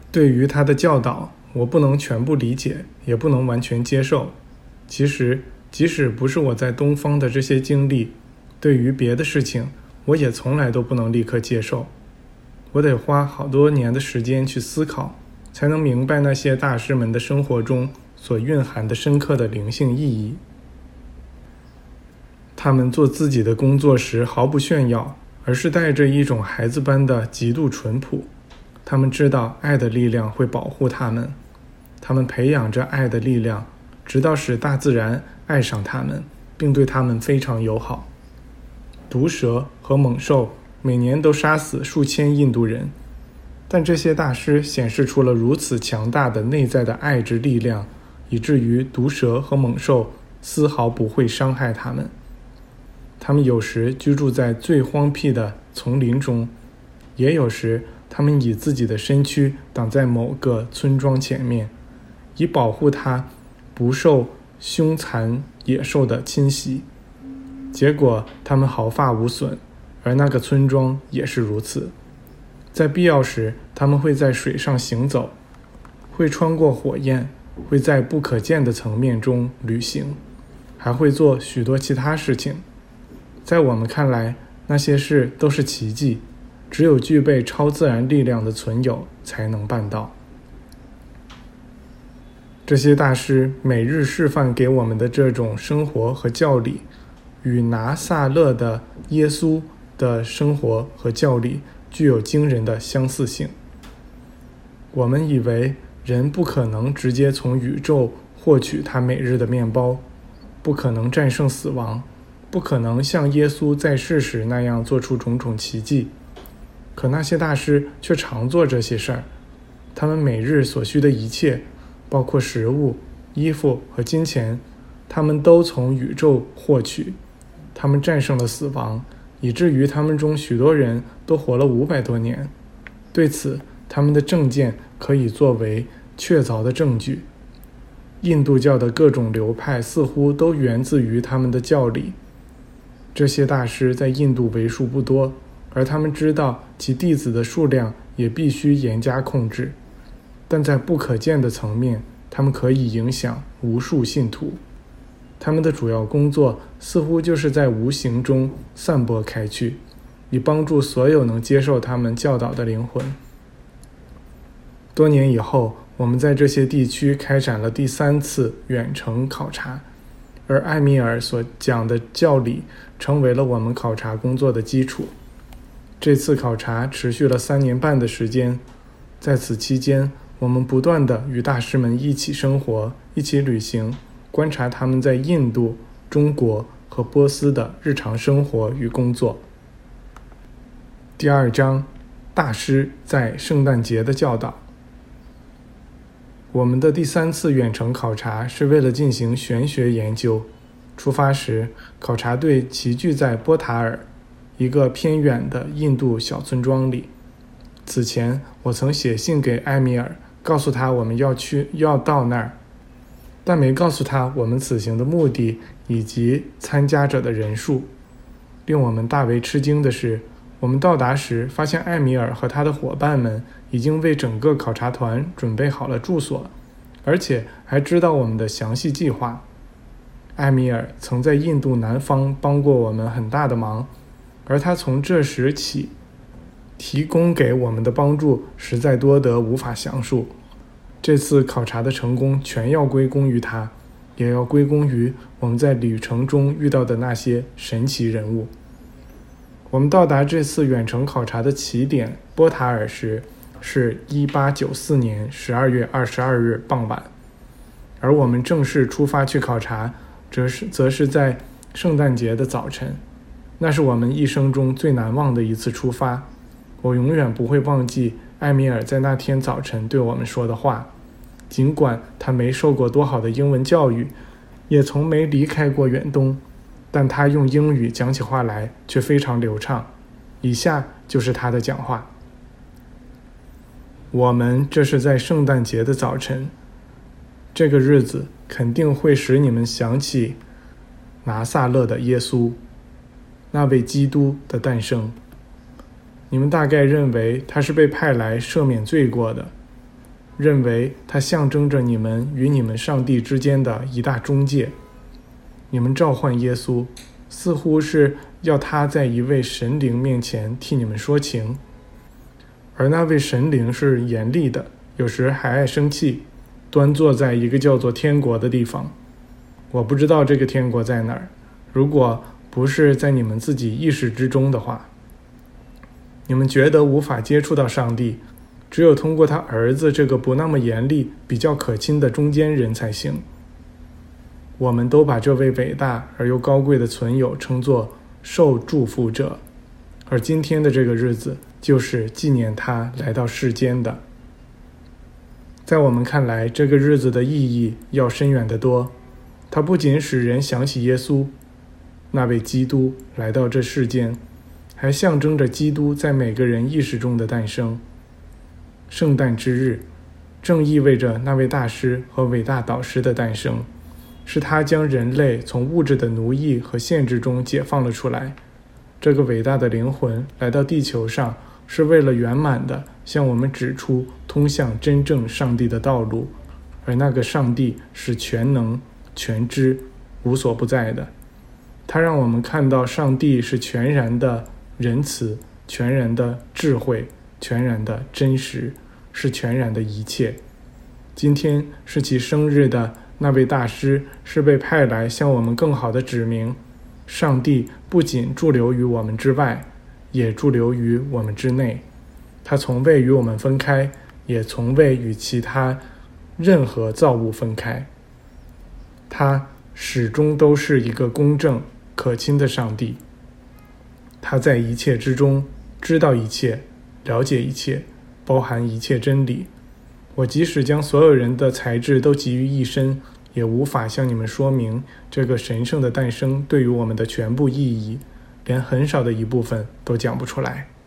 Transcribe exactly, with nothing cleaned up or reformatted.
对于他的教导，我不能全部理解，也不能完全接受。其实，即使不是我在东方的这些经历，对于别的事情，我也从来都不能立刻接受。我得花好多年的时间去思考，才能明白那些大师们的生活中所蕴含的深刻的灵性意义。他们做自己的工作时毫不炫耀，而是带着一种孩子般的极度淳朴。他们知道爱的力量会保护他们，他们培养着爱的力量，直到使大自然爱上他们，并对他们非常友好。毒蛇和猛兽每年都杀死数千印度人，但这些大师显示出了如此强大的内在的爱之力量，以至于毒蛇和猛兽丝毫不会伤害他们。他们有时居住在最荒僻的丛林中，也有时他们以自己的身躯挡在某个村庄前面，以保护它不受凶残野兽的侵袭。结果他们毫发无损，而那个村庄也是如此。在必要时，他们会在水上行走，会穿过火焰，会在不可见的层面中旅行，还会做许多其他事情。在我们看来，那些事都是奇迹，只有具备超自然力量的存有才能办到。这些大师每日示范给我们的这种生活和教理，与拿撒勒的耶稣的生活和教理具有惊人的相似性。我们以为人不可能直接从宇宙获取他每日的面包，不可能战胜死亡，不可能像耶稣在世时那样做出种种奇迹。可那些大师却常做这些事儿，他们每日所需的一切，包括食物、衣服和金钱，他们都从宇宙获取。他们战胜了死亡，以至于他们中许多人都活了五百多年。对此，他们的证件可以作为确凿的证据。印度教的各种流派似乎都源自于他们的教理。这些大师在印度为数不多，而他们知道其弟子的数量也必须严加控制。但在不可见的层面，他们可以影响无数信徒。他们的主要工作似乎就是在无形中散播开去，以帮助所有能接受他们教导的灵魂。多年以后，我们在这些地区开展了第三次远程考察，而艾米尔所讲的教理成为了我们考察工作的基础。这次考察持续了三年半的时间，在此期间，我们不断地与大师们一起生活，一起旅行，观察他们在印度、中国和波斯的日常生活与工作。第二章，大师在圣诞节的教导。我们的第三次远程考察是为了进行玄学研究。出发时，考察队齐聚在波塔尔，一个偏远的印度小村庄里。此前，我曾写信给埃米尔，告诉他我们要去要到那儿，但没告诉他我们此行的目的以及参加者的人数。令我们大为吃惊的是，我们到达时发现埃米尔和他的伙伴们已经为整个考察团准备好了住所，而且还知道我们的详细计划。埃米尔曾在印度南方帮过我们很大的忙，而他从这时起提供给我们的帮助实在多得无法详述。这次考察的成功全要归功于他，也要归功于我们在旅程中遇到的那些神奇人物。我们到达这次远程考察的起点波塔尔时是一八九四年十二月二十二日傍晚，而我们正式出发去考察则是则是在圣诞节的早晨。那是我们一生中最难忘的一次出发。我永远不会忘记埃米尔在那天早晨对我们说的话。尽管他没受过多好的英文教育，也从没离开过远东，但他用英语讲起话来却非常流畅。以下就是他的讲话。我们这是在圣诞节的早晨，这个日子肯定会使你们想起拿撒勒的耶稣，那位基督的诞生。你们大概认为他是被派来赦免罪过的， 认为它象征着你们与你们上帝之间的一大中介。你们召唤耶稣，似乎是要他在一位神灵面前替你们说情，而那位神灵是严厉的，有时还爱生气，端坐在一个叫做天国的地方。我不知道这个天国在哪儿，如果不是在你们自己意识之中的话，你们觉得无法接触到上帝，只有通过他儿子这个不那么严厉、比较可亲的中间人才行。我们都把这位伟大而又高贵的存有称作受祝福者，而今天的这个日子就是纪念他来到世间的。在我们看来，这个日子的意义要深远得多，它不仅使人想起耶稣，那位基督来到这世间，还象征着基督在每个人意识中的诞生。圣诞之日正意味着那位大师和伟大导师的诞生，是他将人类从物质的奴役和限制中解放了出来。这个伟大的灵魂来到地球上，是为了圆满地向我们指出通向真正上帝的道路，而那个上帝是全能、全知、无所不在的。他让我们看到上帝是全然的仁慈、全然的智慧、全然的真实，是全然的一切。今天是其生日的那位大师是被派来向我们更好地指明，上帝不仅驻留于我们之外，也驻留于我们之内。他从未与我们分开，也从未与其他任何造物分开。他始终都是一个公正、可亲的上帝。他在一切之中，知道一切，了解一切，包含一切真理。我即使将所有人的才智都集于一身，也无法向你们说明这个神圣的诞生对于我们的全部意义，连很少的一部分都讲不出来。